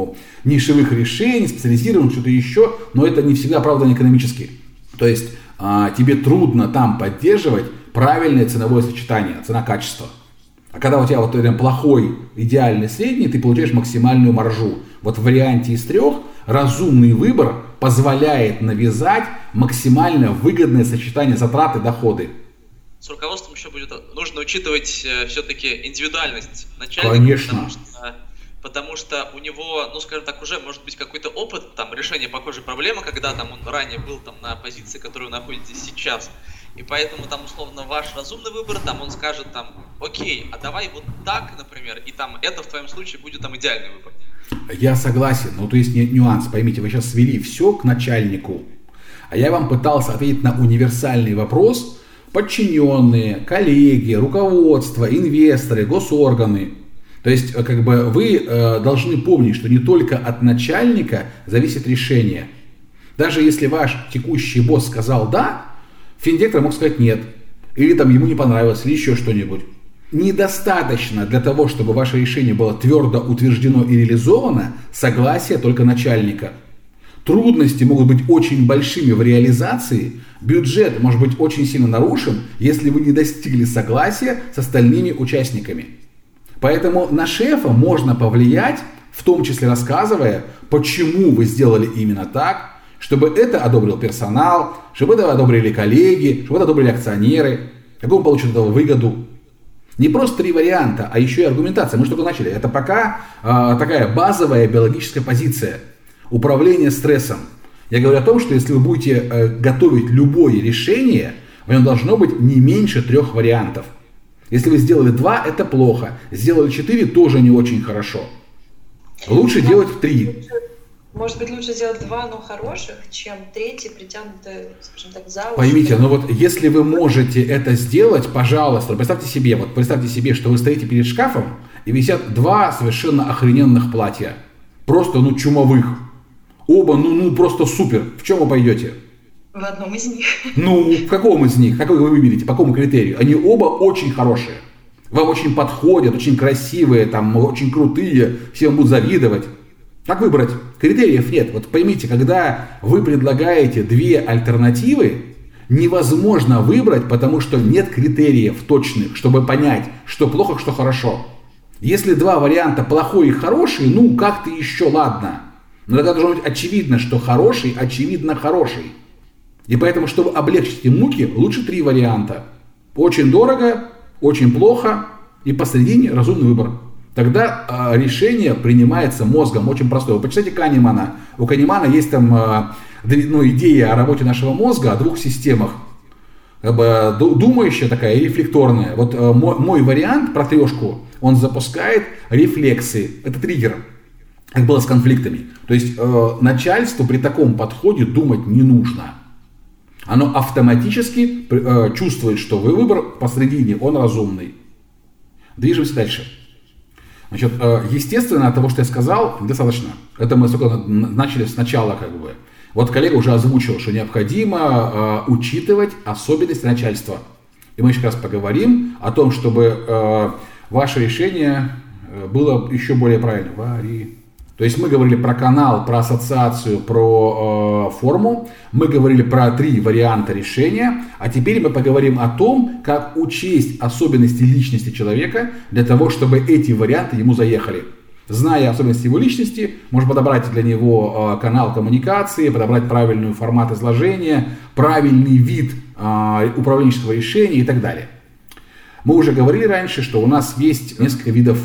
нишевых решений, специализированных, что-то еще, но это не всегда оправдано экономически. То есть тебе трудно там поддерживать правильное ценовое сочетание, цена-качество. А когда у тебя плохой, идеальный, средний, ты получаешь максимальную маржу. В варианте из 3 разумный выбор позволяет навязать максимально выгодное сочетание затрат и доходы. С руководством еще нужно учитывать все-таки индивидуальность начальника. Конечно. Потому что у него, уже может быть какой-то опыт решения похожей проблемы, когда он ранее был на позиции, которой вы находитесь сейчас. И поэтому условно ваш разумный выбор, он скажет окей, а давай так, например, и это в твоем случае будет идеальный выбор. Я согласен, но то есть нюанс, поймите, вы сейчас свели все к начальнику, а я вам пытался ответить на универсальный вопрос. Подчиненные, коллеги, руководство, инвесторы, госорганы. То есть, вы должны помнить, что не только от начальника зависит решение. Даже если ваш текущий босс сказал «да», финдиректор мог сказать «нет». Или ему не понравилось, или еще что-нибудь. Недостаточно для того, чтобы ваше решение было твердо утверждено и реализовано, согласия только начальника. Трудности могут быть очень большими в реализации, бюджет может быть очень сильно нарушен, если вы не достигли согласия с остальными участниками. Поэтому на шефа можно повлиять, в том числе рассказывая, почему вы сделали именно так, чтобы это одобрил персонал, чтобы это одобрили коллеги, чтобы это одобрили акционеры, какую он получит от этого выгоду. Не просто 3 варианта, а еще и аргументация. Мы что-то начали. Это пока такая базовая биологическая позиция. Управление стрессом. Я говорю о том, что если вы будете готовить любое решение, в нем должно быть не меньше 3 вариантов. Если вы сделали 2, это плохо. Сделали 4, тоже не очень хорошо. Лучше делать 3. Может быть, лучше сделать 2, но хороших, чем 3, притянутые, скажем так, за уши. Поймите, если вы можете это сделать, пожалуйста, представьте себе, что вы стоите перед шкафом и висят 2 совершенно охрененных платья. Просто, чумовых. Оба, просто супер. В чем вы пойдете? В одном из них. В каком из них? Как вы выберете? По какому критерию? Они оба очень хорошие. Вам очень подходят, очень красивые, очень крутые. Все вам будут завидовать. Как выбрать? Критериев нет. Поймите, когда вы предлагаете 2 альтернативы, невозможно выбрать, потому что нет критериев точных, чтобы понять, что плохо, что хорошо. Если 2 варианта плохой и хороший, как-то еще ладно. Но тогда должно быть очевидно, что хороший, очевидно хороший. И поэтому, чтобы облегчить эти муки, лучше 3 варианта. Очень дорого, очень плохо и посередине разумный выбор. Тогда решение принимается мозгом, очень простое. Вы почитайте Канемана. У Канемана есть идея о работе нашего мозга, о 2 системах. Думающая такая и рефлекторная. Мой вариант про 3, он запускает рефлексы. Это триггер. Как было с конфликтами. То есть начальству при таком подходе думать не нужно. Оно автоматически чувствует, что вы выбор посредине, он разумный. Движемся дальше. Естественно, от того, что я сказал, недостаточно. Это мы только начали сначала коллега уже озвучил, что необходимо учитывать особенности начальства. И мы еще раз поговорим о том, чтобы ваше решение было еще более правильным. То есть мы говорили про канал, про ассоциацию, про форму, мы говорили про 3 варианта решения, а теперь мы поговорим о том, как учесть особенности личности человека для того, чтобы эти варианты ему заехали. Зная особенности его личности, можно подобрать для него канал коммуникации, подобрать правильный формат изложения, правильный вид управленческого решения и так далее. Мы уже говорили раньше, что у нас есть несколько видов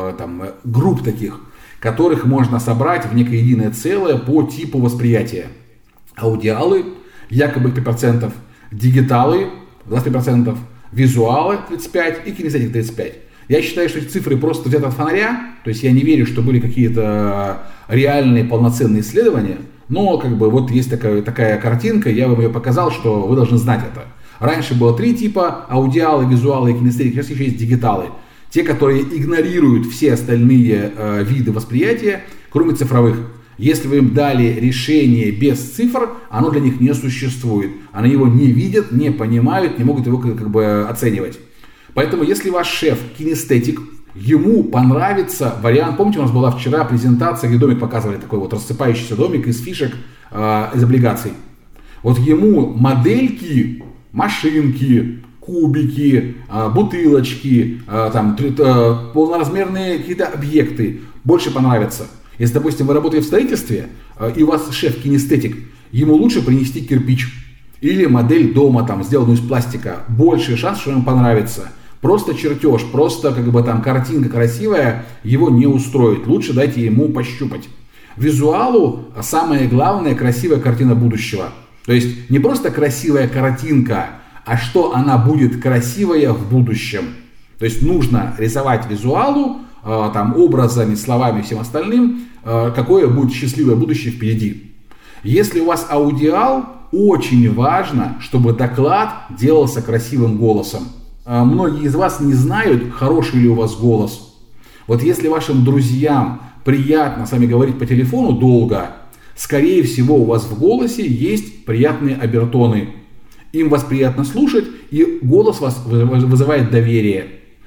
групп таких, которых можно собрать в некое единое целое по типу восприятия. Аудиалы, якобы 5%, дигиталы 25%, визуалы 35% и кинестетик 35%. Я считаю, что эти цифры просто взяты от фонаря, то есть я не верю, что были какие-то реальные полноценные исследования, но вот есть такая картинка, я вам ее показал, что вы должны знать это. Раньше было 3 типа: аудиалы, визуалы и кинестетик, сейчас еще есть дигиталы. Те, которые игнорируют все остальные виды восприятия, кроме цифровых. Если вы им дали решение без цифр, оно для них не существует. Они его не видят, не понимают, не могут его оценивать. Поэтому, если ваш шеф кинестетик, ему понравится вариант. Помните, у нас была вчера презентация, где домик показывали, такой рассыпающийся домик из фишек, из облигаций. Ему модельки, машинки, кубики, бутылочки, полноразмерные какие-то объекты больше понравятся. Если, допустим, вы работаете в строительстве, и у вас шеф кинестетик, ему лучше принести кирпич или модель дома, сделанную из пластика. Больший шанс, что ему понравится. Просто чертеж, просто картинка красивая его не устроит. Лучше дайте ему пощупать. Визуалу самое главное — красивая картина будущего. То есть не просто красивая картинка, а что она будет красивая в будущем. То есть нужно рисовать визуалу, образами, словами и всем остальным, какое будет счастливое будущее впереди. Если у вас аудиал, очень важно, чтобы доклад делался красивым голосом. Многие из вас не знают, хороший ли у вас голос. Если вашим друзьям приятно с вами говорить по телефону долго, скорее всего у вас в голосе есть приятные обертоны. Им вас приятно слушать, и голос вас вызывает доверие.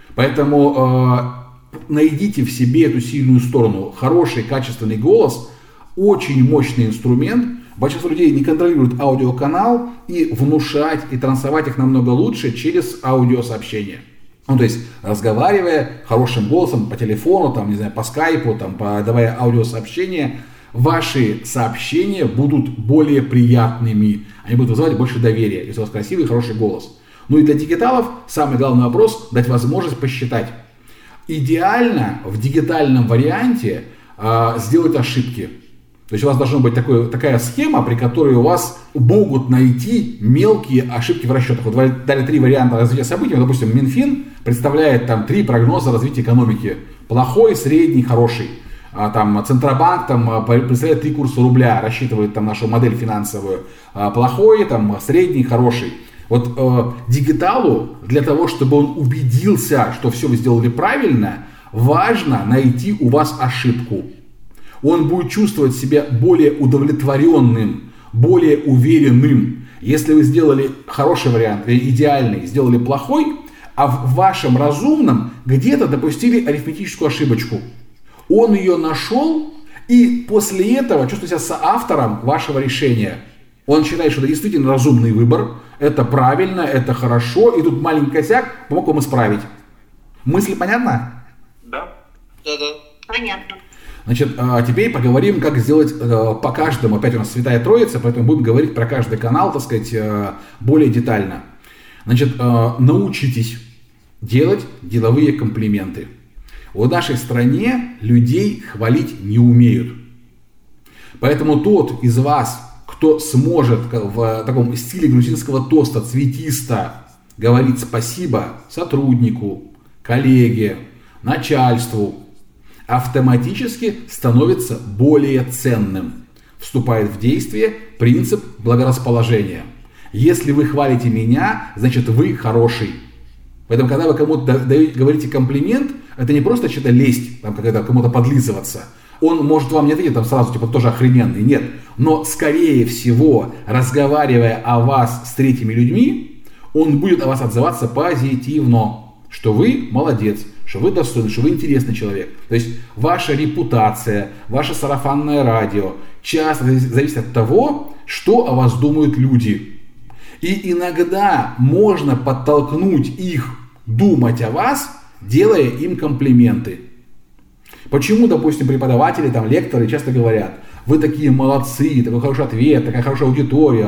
Поэтому найдите в себе эту сильную сторону. Хороший, качественный голос — очень мощный инструмент. Большинство людей не контролируют аудиоканал, и внушать и трансовать их намного лучше через аудиосообщения. То есть, разговаривая хорошим голосом по телефону, по скайпу, давая аудиосообщения, ваши сообщения будут более приятными. Они будут вызывать больше доверия, если у вас красивый и хороший голос. И для дигиталов самый главный вопрос — дать возможность посчитать. Идеально в дигитальном варианте сделать ошибки. То есть у вас должна быть такая схема, при которой у вас могут найти мелкие ошибки в расчетах. Дали 3 варианта развития событий. Допустим, Минфин представляет 3 прогноза развития экономики. Плохой, средний, хороший. Центробанк представляет 3 курса рубля, рассчитывает нашу модель финансовую. Плохой, средний, хороший. Дигиталу, для того, чтобы он убедился, что все вы сделали правильно, важно найти у вас ошибку. Он будет чувствовать себя более удовлетворенным, более уверенным. Если вы сделали хороший вариант, идеальный, сделали плохой, а в вашем разумном где-то допустили арифметическую ошибочку. Он ее нашел, и после этого чувствует себя соавтором вашего решения. Он считает, что это действительно разумный выбор, это правильно, это хорошо, и тут маленький косяк помог вам исправить. Мысль понятна? Да. Да. Понятно. А теперь поговорим, как сделать по каждому. Опять у нас Святая Троица, поэтому будем говорить про каждый канал, более детально. Научитесь делать деловые комплименты. В нашей стране людей хвалить не умеют. Поэтому тот из вас, кто сможет в таком стиле грузинского тоста, цветисто говорить спасибо сотруднику, коллеге, начальству, автоматически становится более ценным. Вступает в действие принцип благорасположения. Если вы хвалите меня, значит вы хороший. Поэтому, когда вы кому-то говорите комплимент, это не просто что-то лезть, кому-то подлизываться. Он может вам не ответить сразу, тоже охрененный, нет. Но, скорее всего, разговаривая о вас с третьими людьми, он будет о вас отзываться позитивно. что вы молодец, что вы достойный, что вы интересный человек. То есть ваша репутация, ваше сарафанное радио часто зависит от того, что о вас думают люди. И иногда можно подтолкнуть их думать о вас, делая им комплименты. Почему, допустим, преподаватели, там, лекторы часто говорят: вы такие молодцы, такой хороший ответ, такая хорошая аудитория.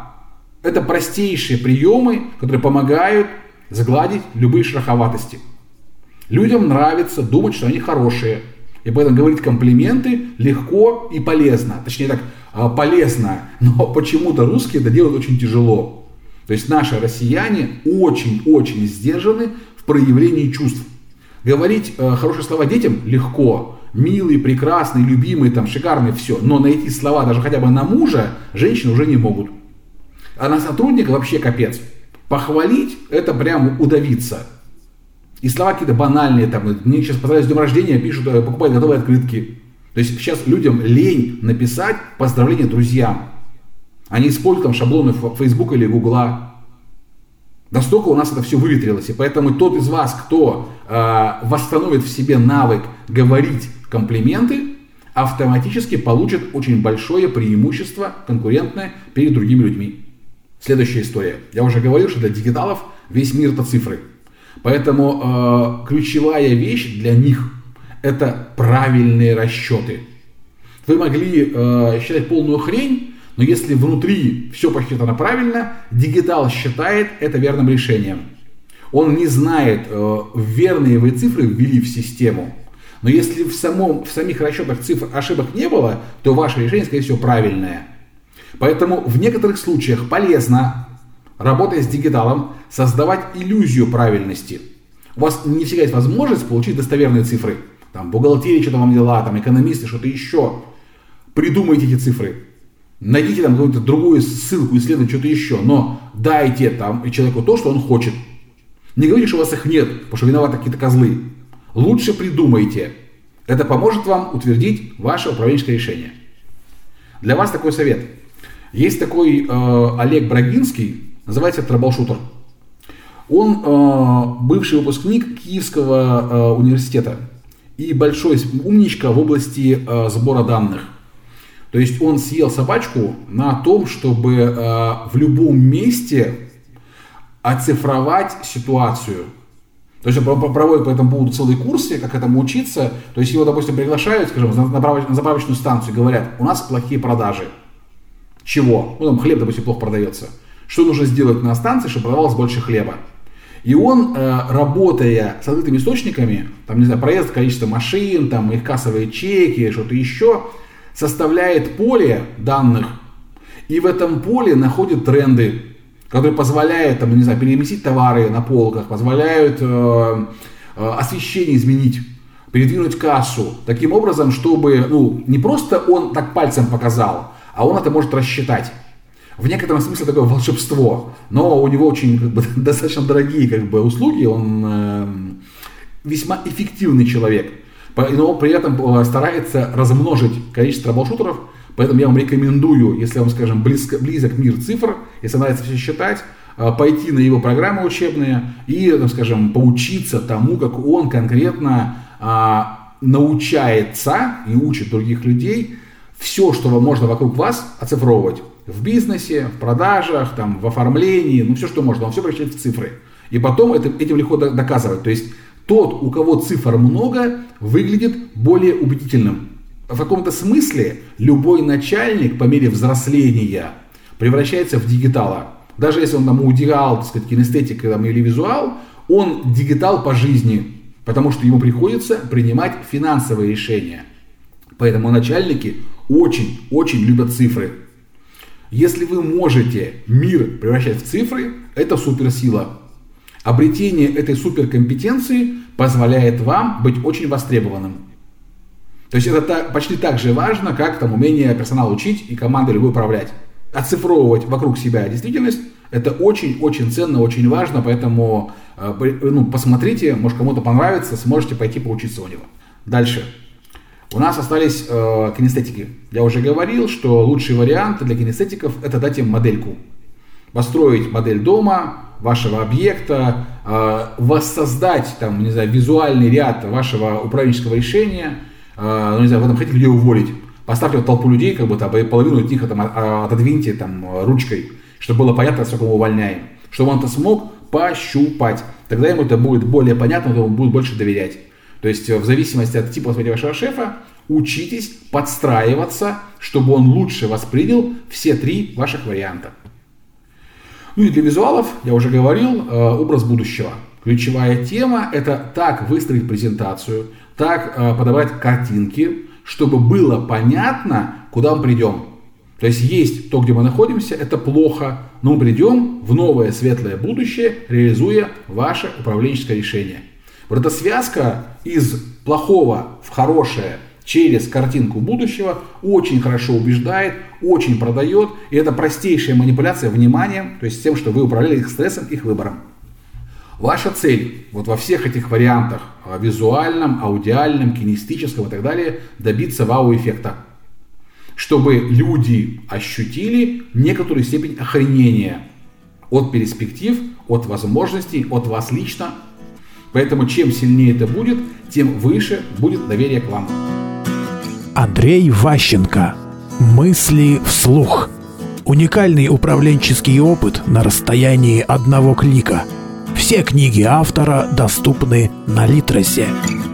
Это простейшие приемы, которые помогают сгладить любые шероховатости. Людям нравится думать, что они хорошие. И поэтому говорить комплименты легко и полезно. Точнее так, полезно, но почему-то русские это делают очень тяжело. То есть наши россияне очень-очень сдержаны в проявлении чувств. Говорить хорошие слова детям легко. Милый, прекрасный, любимый, там, шикарный, все. Но найти слова даже хотя бы на мужа женщины уже не могут. А на сотрудника вообще капец. Похвалить — это прям удавиться. И слова какие-то банальные. Там, мне сейчас поздравляют с днем рождения, пишут, покупают готовые открытки. То есть сейчас людям лень написать поздравления друзьям. Они используют там шаблоны Facebook или Гугла. Настолько у нас это все выветрилось. И поэтому тот из вас, кто восстановит в себе навык говорить комплименты, автоматически получит очень большое преимущество конкурентное перед другими людьми. Следующая история. Я уже говорил, что для дигиталов весь мир — это цифры. Поэтому ключевая вещь для них — это правильные расчеты. Вы могли считать полную хрень, но если внутри все посчитано правильно, дигитал считает это верным решением. Он не знает, верные вы цифры ввели в систему. Но если в самих расчетах цифр ошибок не было, то ваше решение, скорее всего, правильное. Поэтому в некоторых случаях полезно, работая с дигиталом, создавать иллюзию правильности. У вас не всегда есть возможность получить достоверные цифры. Там бухгалтерия что-то вам дела, там экономисты что-то еще. Придумайте эти цифры. Найдите там какую-то другую ссылку, исследуйте что-то еще. Но дайте там человеку то, что он хочет. Не говорите, что у вас их нет, потому что виноваты какие-то козлы. Лучше придумайте. Это поможет вам утвердить ваше управленческое решение. Для вас такой совет. Есть такой Олег Брагинский, называется «Трэблшутер». Он бывший выпускник Киевского университета и большой умничка в области сбора данных. То есть он съел собачку на том, чтобы в любом месте оцифровать ситуацию. То есть он проводит по этому поводу целые курсы, как этому учиться. То есть его, допустим, приглашают, скажем, на заправочную станцию, говорят: у нас плохие продажи. Чего? Ну, там хлеб, допустим, плохо продается. Что нужно сделать на станции, чтобы продавалось больше хлеба? И он, работая с открытыми источниками, там, не знаю, проезд, количество машин, там, их кассовые чеки, что-то еще, составляет поле данных. И в этом поле находит тренды, которые позволяют, там, не знаю, переместить товары на полках, позволяют освещение изменить, передвинуть кассу. Таким образом, чтобы, не просто он так пальцем показал, а он это может рассчитать. В некотором смысле такое волшебство, но у него очень достаточно дорогие услуги, он весьма эффективный человек, но при этом старается размножить количество трэблшутеров, поэтому я вам рекомендую, если вам, скажем, близок мир цифр, если нравится все считать, пойти на его программы учебные и, скажем, поучиться тому, как он конкретно научается и учит других людей все, что можно вокруг вас, оцифровывать. В бизнесе, в продажах, там, в оформлении, все, что можно, он все превращает в цифры. И потом этим легко доказывать. То есть тот, у кого цифр много, выглядит более убедительным. В каком-то смысле любой начальник по мере взросления превращается в дигитала. Даже если он там аудиал, так сказать, кинестетик или визуал, он дигитал по жизни, потому что ему приходится принимать финансовые решения. Поэтому начальники очень любят цифры. Если вы можете мир превращать в цифры, это суперсила. Обретение этой суперкомпетенции позволяет вам быть очень востребованным. То есть это почти так же важно, как умение персонала учить и командой любой управлять. Оцифровывать вокруг себя действительность — это очень ценно, очень важно, поэтому посмотрите, может кому-то понравится, сможете пойти поучиться у него. Дальше. У нас остались кинестетики. Я уже говорил, что лучший вариант для кинестетиков — это дать им модельку. Построить модель дома, вашего объекта, воссоздать там, не знаю, визуальный ряд вашего управленческого решения, ну, не знаю, вы там хотите людей уволить, поставьте вот толпу людей, как бы там, половину от них там, отодвиньте там ручкой, чтобы было понятно, сколько мы увольняем, чтобы он это смог пощупать. Тогда ему это будет более понятно, он будет больше доверять. То есть в зависимости от типа вашего шефа учитесь подстраиваться, чтобы он лучше воспринял все 3 ваших варианта. Ну и для визуалов, я уже говорил, образ будущего. Ключевая тема – это так выстроить презентацию, так подавать картинки, чтобы было понятно, куда мы придем. То есть то, где мы находимся, это плохо, но мы придем в новое светлое будущее, реализуя ваше управленческое решение. Вот эта связка из плохого в хорошее через картинку будущего очень хорошо убеждает, очень продает. И это простейшая манипуляция вниманием, то есть тем, что вы управляли их стрессом, их выбором. Ваша цель вот во всех этих вариантах, визуальном, аудиальном, кинестическом и так далее, добиться вау-эффекта. Чтобы люди ощутили некоторую степень охренения от перспектив, от возможностей, от вас лично. Поэтому чем сильнее это будет, тем выше будет доверие к вам. Андрей Ващенко. Мысли вслух. Уникальный управленческий опыт на расстоянии одного клика. Все книги автора доступны на Литресе.